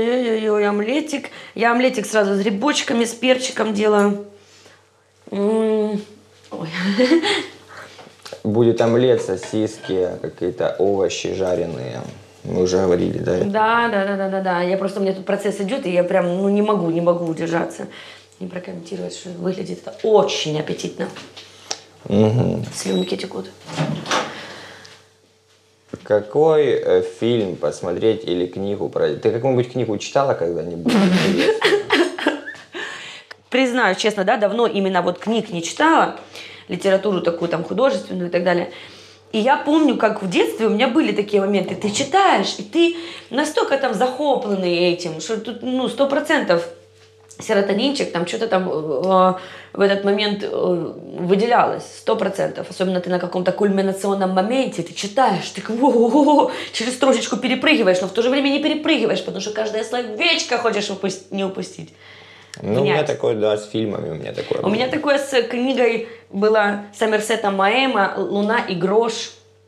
Ой-ой-ой, омлетик. Я омлетик сразу с грибочками, с перчиком делаю. Ой. Будет омлет, сосиски, какие-то овощи жареные. Мы уже говорили, да? Да. Я просто, у меня тут процесс идет, и я прям, не могу удержаться. Не прокомментировать, что выглядит это очень аппетитно. Угу. Слюнки текут. Какой фильм посмотреть или книгу прочитать? Ты какую-нибудь книгу читала когда-нибудь? Признаюсь честно, да, давно именно вот книг не читала, литературу такую там художественную и так далее. И я помню, как в детстве у меня были такие моменты. Ты читаешь, и ты настолько там захопленный этим, что тут, 100% серотонинчик, там что-то там в этот момент выделялось, 100%. Особенно ты на каком-то кульминационном моменте, ты читаешь, ты через строчечку перепрыгиваешь, но в то же время не перепрыгиваешь, потому что каждое словечко хочешь не упустить. У меня такое, да, с фильмами у меня такое. У меня такое с книгой было Сомерсета Моэма «Луна и грош».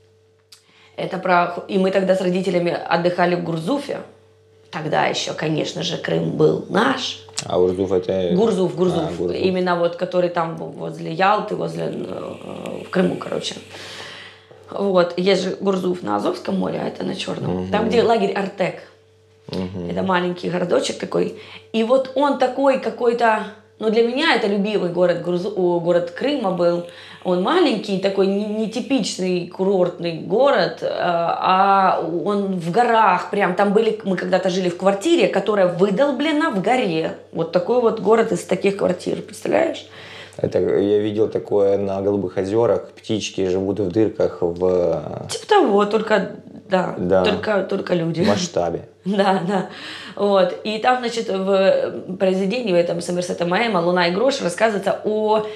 Это И мы тогда с родителями отдыхали в Гурзуфе. Тогда еще, конечно же, Крым был наш. А Гурзуф это... Гурзуф. Гурзуф. Именно вот, который там возле Ялты, в Крыму, короче. Вот. Есть же Гурзуф на Азовском море, а это на Черном. Угу. Там, где лагерь Артек. Угу. Это маленький городочек такой. И вот он такой какой-то... для меня это любимый город Крыма был. Он маленький, такой нетипичный курортный город, а он в горах прям. Мы когда-то жили в квартире, которая выдолблена в горе. Вот такой вот город из таких квартир, представляешь? Это я видел такое на Голубых озерах. Птички живут в дырках в... Типа того, только люди. В масштабе. Да. Вот. И там, значит, в произведении в этом Сомерсета Моэма «Луна и грош» рассказывается о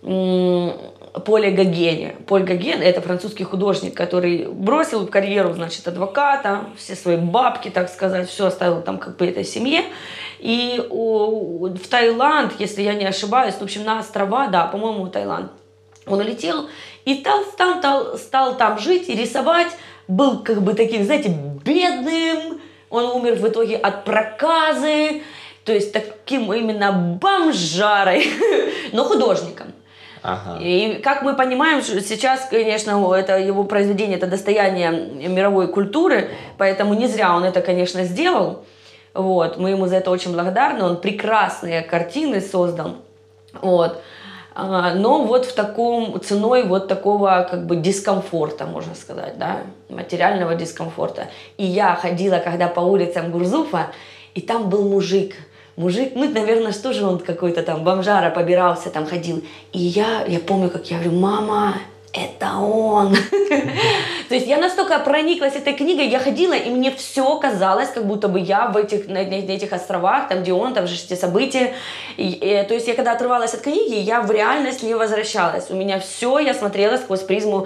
Поле Гогене. Поль Гоген – это французский художник, который бросил карьеру, значит, адвоката, все свои бабки, так сказать, все оставил там как бы этой семье. И в Таиланд, если я не ошибаюсь, в общем, на острова, да, по-моему, Таиланд, он улетел и стал там жить и рисовать. Был как бы таким, знаете, бедным. Он умер в итоге от проказы. То есть таким именно бомжарой, но художником. Ага. И как мы понимаем, сейчас, конечно, это его произведение, это достояние мировой культуры, поэтому не зря он это, конечно, сделал. Вот. Мы ему за это очень благодарны. Он прекрасные картины создал. Вот. Но вот ценой вот такого как бы дискомфорта, можно сказать, да, материального дискомфорта. И я ходила, когда по улицам Гурзуфа, и там был мужик, наверное, что же он какой-то там бомжара побирался, там ходил. И я помню, как я говорю: мама, это он. То есть я настолько прониклась этой книгой, я ходила, и мне все казалось, как будто бы я на этих островах, там, где он, там же эти события. То есть я когда отрывалась от книги, я в реальность не возвращалась. У меня все, я смотрела сквозь призму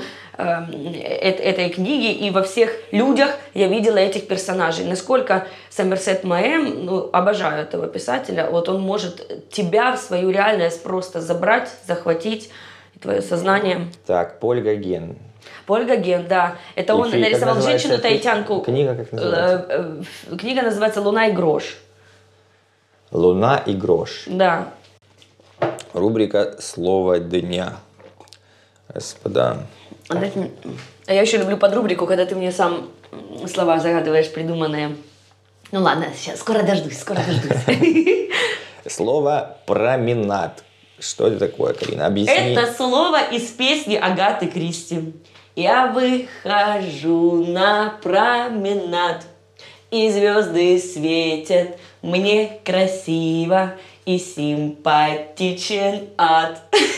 этой книги, и во всех людях я видела этих персонажей. Насколько Сомерсет Моэм, обожаю этого писателя, вот он может тебя в свою реальность просто забрать, захватить, твое сознание. Так, Поль Гоген. Поль Гоген, да. Это он нарисовал женщину-таитянку. Книга как называется? Книга называется «Луна и грош». «Луна и грош». Да. Рубрика «Слово дня». Господа. Я еще люблю подрубрику, когда ты мне сам слова загадываешь придуманные. Ну ладно, сейчас, скоро дождусь. Слово «променад». Что это такое, Карина? Объясни. Это слово из песни Агаты Кристи. Я выхожу на променад, и звезды светят мне красиво, и симпатичен ад.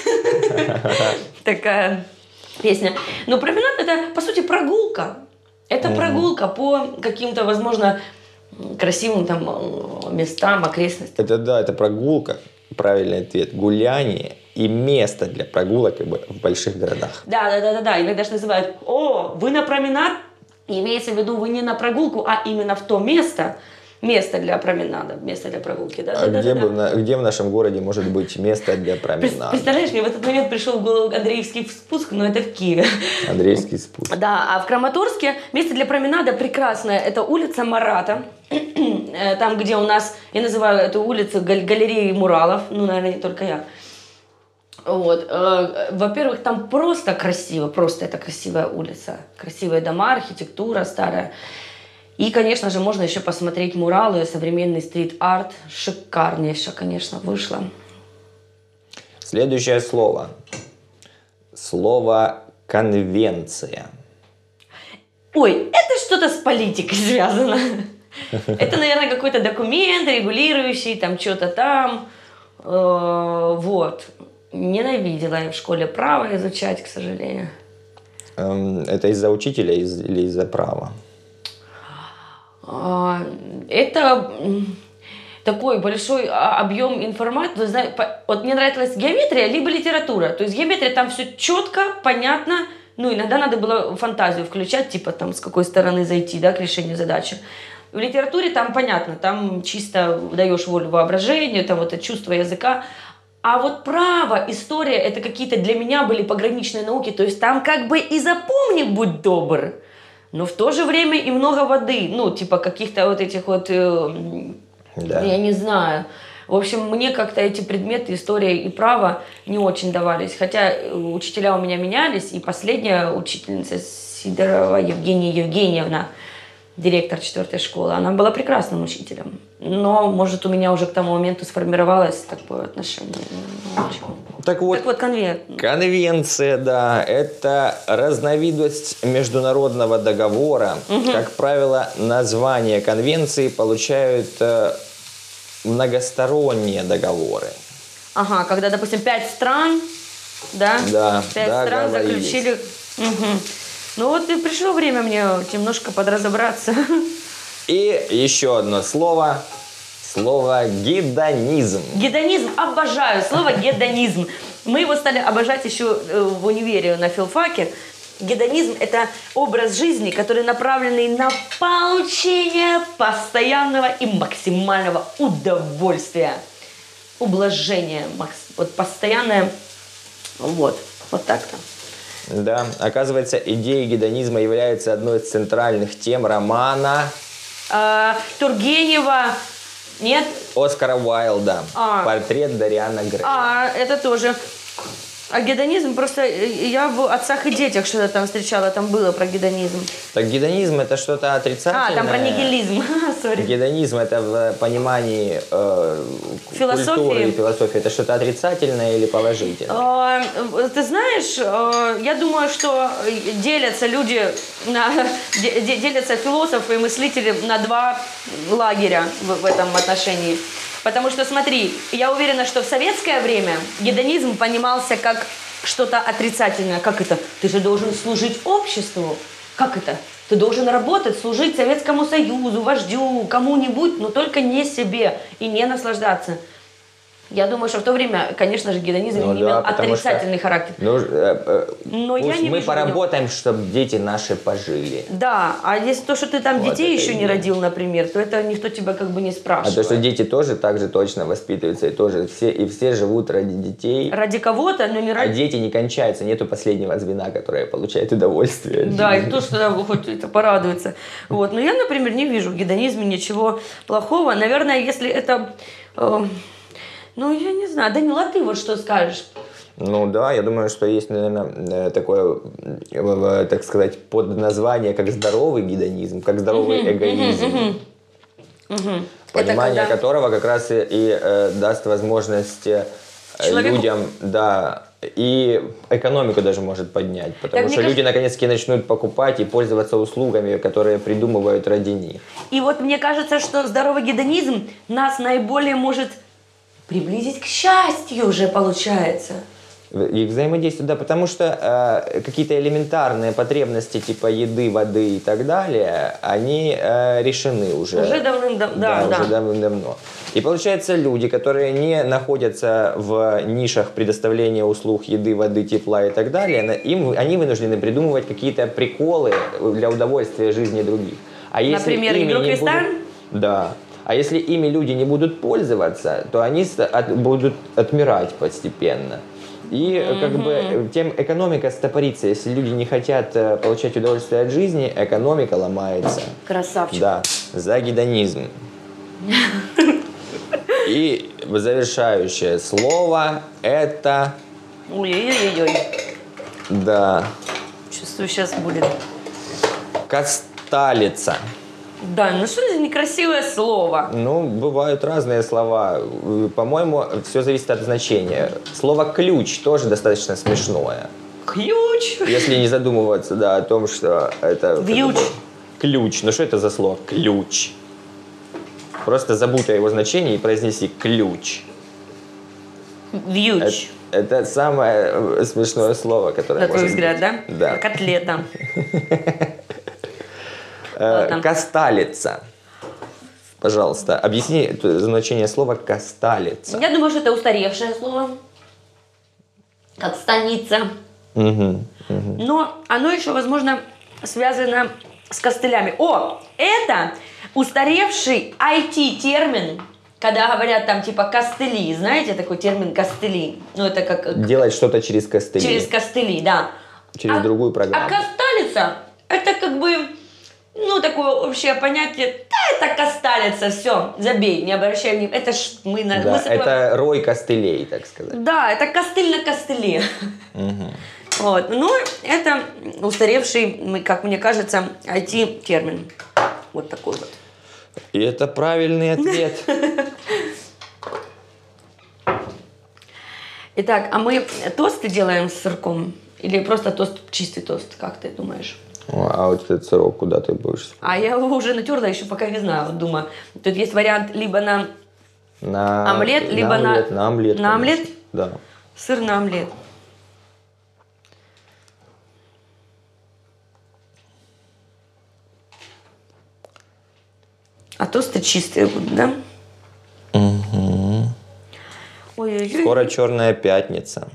Такая песня. Но променад — это, по сути, прогулка. Это прогулка по каким-то, возможно, красивым там местам, окрестностям. Это прогулка. Правильный ответ. Гуляние и место для прогулок в больших городах. Да. Иногда же называют: о, вы на променад? Имеется в виду, вы не на прогулку, а именно в то место, Место для променада, место для прогулки, да? А где в нашем городе может быть место для променада? Представляешь, мне в этот момент пришел в голову Андреевский спуск, но это в Киеве. Андреевский спуск. Да, а в Краматорске место для променада прекрасное. Это улица Марата. Там, где у нас, я называю эту улицу галереей муралов. Ну, наверное, не только я. Вот. Во-первых, там просто красиво. Просто это красивая улица. Красивые дома, архитектура старая. И, конечно же, можно еще посмотреть муралы, современный стрит-арт. Шикарнейше, конечно, вышло. Следующее слово. Слово «конвенция». Ой, это что-то с политикой связано. Это, наверное, какой-то документ, регулирующий там что-то там. Вот. Ненавидела я в школе право изучать, к сожалению. Это из-за учителя или из-за права? Это такой большой объем информации. Вот мне нравилась геометрия, либо литература. То есть геометрия там все четко, понятно. Ну, иногда надо было фантазию включать, типа там с какой стороны зайти, да, к решению задачи. В литературе там понятно, там чисто даешь волю воображению, там вот это чувство языка. А вот право, история, это какие-то для меня были пограничные науки. То есть там как бы и запомни, будь добр, но в то же время и много воды. Ну, типа каких-то вот этих вот, Да. я не знаю. В общем, мне как-то эти предметы, история и право, не очень давались. Хотя учителя у меня менялись, и последняя учительница Сидорова Евгения Евгеньевна, директор 4-й школы, она была прекрасным учителем. Но, может, у меня уже к тому моменту сформировалось такое отношение. Так вот, конвенция, да, это разновидность международного договора. Как правило, название конвенции получают многосторонние договоры. Ага, когда, допустим, 5 стран, да? Да, 5 стран заключили. Угу. Ну вот и пришло время мне немножко подразобраться. И еще одно слово. Слово гедонизм. Гедонизм, обожаю слово гедонизм. Мы его стали обожать еще в универе на филфаке. Гедонизм – это образ жизни, который направленный на получение постоянного и максимального удовольствия. Ублажение, вот постоянное, вот так-то. Да, оказывается, идея гедонизма является одной из центральных тем романа Тургенева, нет? Оскара Уайльда. Портрет Дориана Грея. Это тоже. А гедонизм, просто я в «Отцах и детях» что-то там встречала, там было про гедонизм. Так гедонизм это что-то отрицательное. Там про нигилизм. Гедонизм это в понимании культуры и философии. Это что-то отрицательное или положительное? Ты знаешь, я думаю, что делятся люди, делятся философы и мыслители на два лагеря в этом отношении. Потому что, смотри, я уверена, что в советское время гедонизм понимался как что-то отрицательное. Как это? Ты же должен служить обществу. Как это? Ты должен работать, служить Советскому Союзу, вождю, кому-нибудь, но только не себе и не наслаждаться. Я думаю, что в то время, конечно же, гедонизм имел отрицательный характер. Но я не мы поработаем, чтобы дети наши пожили. Да, а если то, что ты там детей еще не родил, например, то это никто тебя как бы не спрашивает. А то, что дети тоже так же точно воспитываются, и тоже все живут ради детей. Ради кого-то, но не ради... А дети не кончаются, нету последнего звена, которое получает удовольствие. Да, и то, что хоть это порадуется. Вот. Но я, например, не вижу в гедонизме ничего плохого. Наверное, если это... Ну, я не знаю. Данил, а ты вот что скажешь? Ну да, я думаю, что есть, наверное, такое, так сказать, подназвание, как здоровый гедонизм, как здоровый эгоизм. Понимание которого как раз и даст возможность людям, да, и экономику даже может поднять. Потому что люди наконец-таки начнут покупать и пользоваться услугами, которые придумывают ради них. И вот мне кажется, что здоровый гедонизм нас наиболее может... приблизить к счастью уже получается. И взаимодействие, да, потому что какие-то элементарные потребности типа еды, воды и так далее, они решены уже. Уже давным-давно. Да, уже давным-давно. И получается, люди, которые не находятся в нишах предоставления услуг еды, воды, тепла и так далее, они вынуждены придумывать какие-то приколы для удовольствия жизни других. А если например, игру «Кристалл»? Да. А если ими люди не будут пользоваться, то они будут отмирать постепенно. И как бы тем экономика стопорится. Если люди не хотят получать удовольствие от жизни, экономика ломается. Красавчик. Да, за гедонизм. И завершающее слово это... Ой-ой-ой-ой. Да. Чувствую, сейчас будет. Косталица. Да, ну что за некрасивое слово? Ну, бывают разные слова. По-моему, все зависит от значения. Слово «ключ» тоже достаточно смешное. Ключ? Если не задумываться, да, о том, что это... Вьюч. Ключ. Ну, что это за слово? Ключ. Просто запутай его значение и произнеси «ключ». Вьюч. Это самое смешное слово, которое на твой может взгляд, быть. да? Да. Котлета. Косталица. Пожалуйста, объясни значение слова «косталица». Я думаю, что это устаревшее слово. Как станица. Но оно еще, возможно, связано с костылями. О, это устаревший IT-термин, когда говорят там типа костыли. Знаете такой термин костыли? Ну, это как... Делать что-то через костыли. Через костыли, да. Через другую программу. А косталица, это как бы, ну, такое общее понятие. Да, это косталица, все, забей, не обращай внимания. Это ж мы... Да, мы это рой костылей, так сказать. Да, это костыль на костыле. Вот. Ну, это устаревший, как мне кажется, IT-термин. Вот такой вот. И это правильный ответ. Итак, а мы тосты делаем с сырком? Или просто тост, чистый тост, как ты думаешь? А вот этот сырок куда ты будешь? А я его уже натерла, еще пока не знаю. Вот думаю, тут есть вариант либо на омлет, либо на омлет. На омлет? Да. Сыр на омлет. А тосты чистые будут, да? Угу. Ой-ой-ой. Скоро Черная пятница.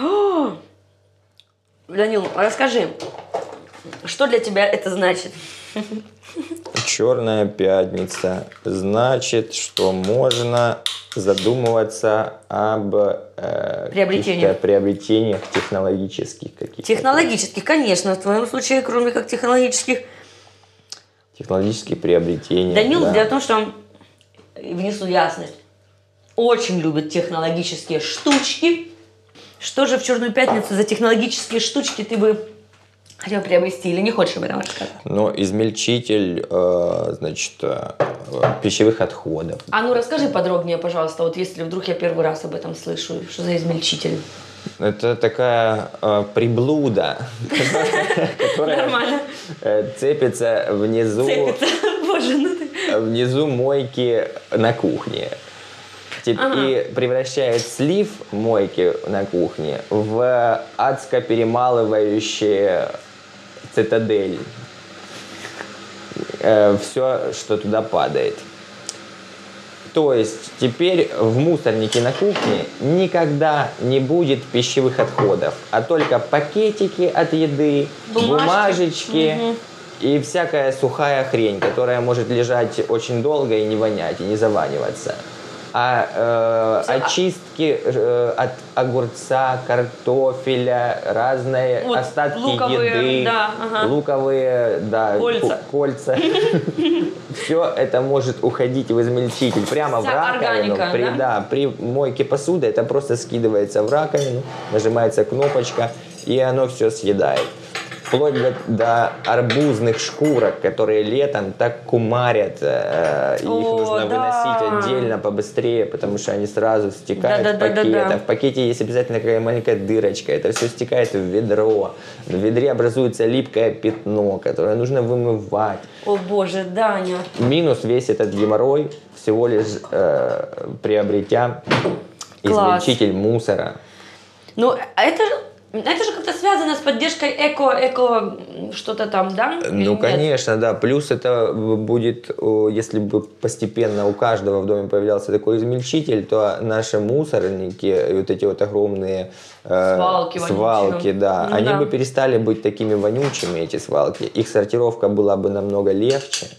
Данил, расскажи, что для тебя это значит? Черная пятница значит, что можно задумываться об приобретениях технологических каких-то. Технологических, конечно. В твоем случае, кроме как технологических. Технологические приобретения. Данил, да. дело в том, что он, внесу ясность, очень любит технологические штучки. Что же в Черную пятницу за технологические штучки ты бы хотел приобрести или не хочешь об этом рассказать? Ну, измельчитель, значит, пищевых отходов. А ну расскажи подробнее, пожалуйста, вот если вдруг я первый раз об этом слышу, что за измельчитель? Это такая приблуда, которая цепится внизу. Боже, ну ты... Внизу мойки на кухне. И превращает слив мойки на кухне в адско перемалывающую цитадель. Все, что туда падает. То есть теперь в мусорнике на кухне никогда не будет пищевых отходов, а только пакетики от еды, бумажечки и всякая сухая хрень, которая может лежать очень долго и не вонять, и не заваниваться. А очистки от огурца, картофеля, разные вот остатки луковые, еды, да, луковые, да, кольца. Все это может уходить в измельчитель прямо в раковину. При мойке посуды это просто скидывается в раковину, нажимается кнопочка, и оно все съедает. Вплоть до арбузных шкурок, которые летом так кумарят, их нужно выносить отдельно побыстрее, потому что они сразу стекают в пакет. А в пакете есть обязательно такая маленькая дырочка, это все стекает в ведро. В ведре образуется липкое пятно, которое нужно вымывать. О боже, Даня. Минус весь этот геморрой, всего лишь приобретя измельчитель мусора. Ну, это же как-то связано с поддержкой эко что-то там, да? Ну, конечно, да. Плюс это будет, если бы постепенно у каждого в доме появлялся такой измельчитель, то наши мусорники, вот эти вот огромные свалки, да, они бы перестали быть такими вонючими, эти свалки. Их сортировка была бы намного легче.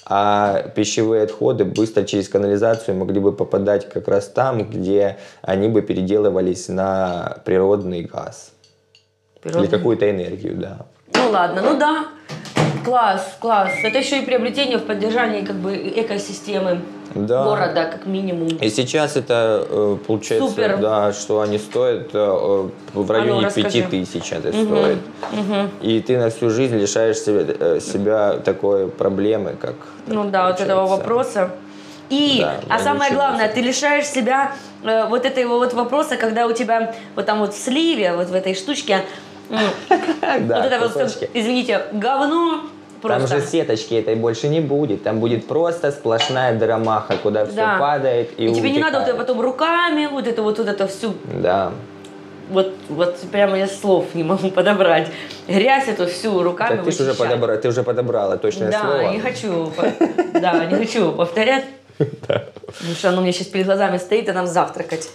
а пищевые отходы быстро через канализацию могли бы попадать как раз там, где они бы переделывались на природный газ. Или какую-то энергию, да. Ну ладно, ну да. Класс. Это еще и приобретение в поддержании как бы экосистемы города, как минимум. И сейчас это получается, Супер. Да, что они стоят в районе 5000 это стоит. И ты на всю жизнь лишаешь себя такой проблемы, как... Ну да, вот этого вопроса. И, а самое главное, ты лишаешь себя вот этого вот вопроса, когда у тебя вот там вот в сливе, вот в этой штучке, вот это вот, извините, говно. Там же сеточки этой больше не будет. Там будет просто сплошная дромаха, куда все падает и тебе не надо вот это потом руками, вот это всю... Да. Вот прямо я слов не могу подобрать. Грязь эту всю руками вычищать. Ты уже подобрала точное слово. Да, не хочу повторять. Потому что оно у меня сейчас перед глазами стоит, и нам завтракать.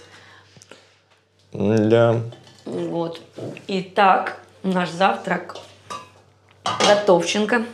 Да. Вот. Итак, наш завтрак. Готовченко.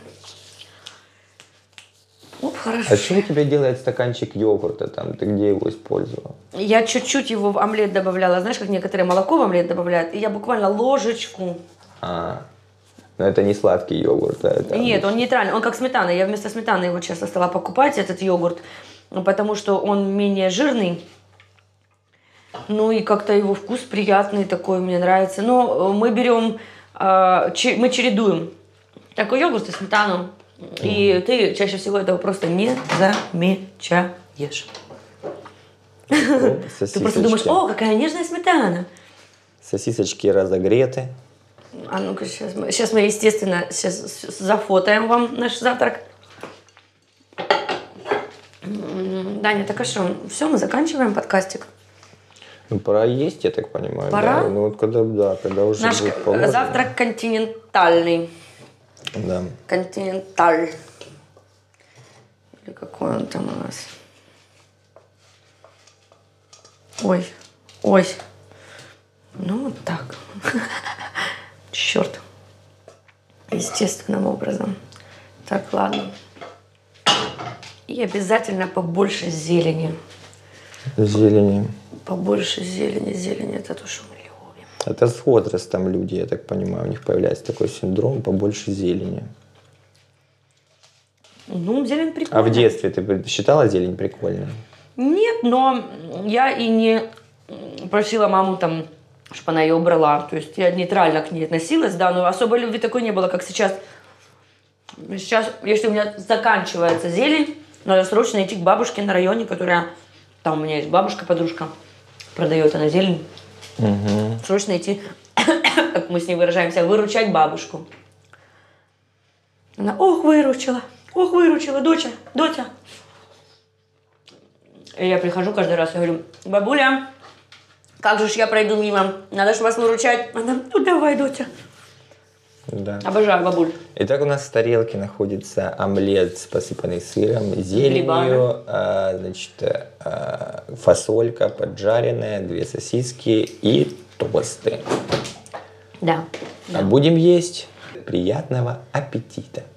Оп, хорошо. А что у тебя делает стаканчик йогурта там? Ты где его использовала? Я чуть-чуть его в омлет добавляла. Знаешь, как некоторые молоко в омлет добавляют? И я буквально ложечку. Но это не сладкий йогурт, да? Это нет, он нейтральный. Он как сметана. Я вместо сметаны его часто стала покупать, этот йогурт. Потому что он менее жирный. Ну и как-то его вкус приятный такой, мне нравится. Но мы берем, мы чередуем такой йогурт и сметану. И ты чаще всего этого просто не замечаешь. Ты просто думаешь, о, какая нежная сметана. Сосисочки разогреты. А ну-ка, сейчас мы, естественно, зафотаем вам наш завтрак. Даня, так а что? Все, мы заканчиваем подкастик. Ну, пора есть, я так понимаю. Пора? Да? Ну, вот когда уже наш будет положено. Завтрак континентальный. Да. Континенталь. Или какой он там у нас? Ой. Ну, вот так. Черт. Естественным образом. Так, ладно. И обязательно побольше зелени. Зелени. Побольше зелени. Это то, что мы любим. Это с возрастом люди, я так понимаю, у них появляется такой синдром, побольше зелени. Ну, зелень прикольная. А в детстве ты считала зелень прикольной? Нет, но я и не просила маму там, чтобы она ее убрала. То есть я нейтрально к ней относилась, да, но особой любви такой не было, как сейчас. Сейчас, если у меня заканчивается зелень, надо срочно идти к бабушке на районе, которая... Там у меня есть бабушка-подружка, продает она зелень. Угу. Срочно идти, как мы с ней выражаемся, выручать бабушку. Она, ох, выручила, доча. И я прихожу каждый раз и говорю, бабуля, как же ж я пройду мимо, надо ж вас выручать. Она, ну давай, доча. Да. Обожаю бабуль. Итак, у нас в тарелке находится омлет, посыпанный сыром, зеленью, фасолька поджаренная, 2 сосиски и тосты. Да. Будем есть. Приятного аппетита!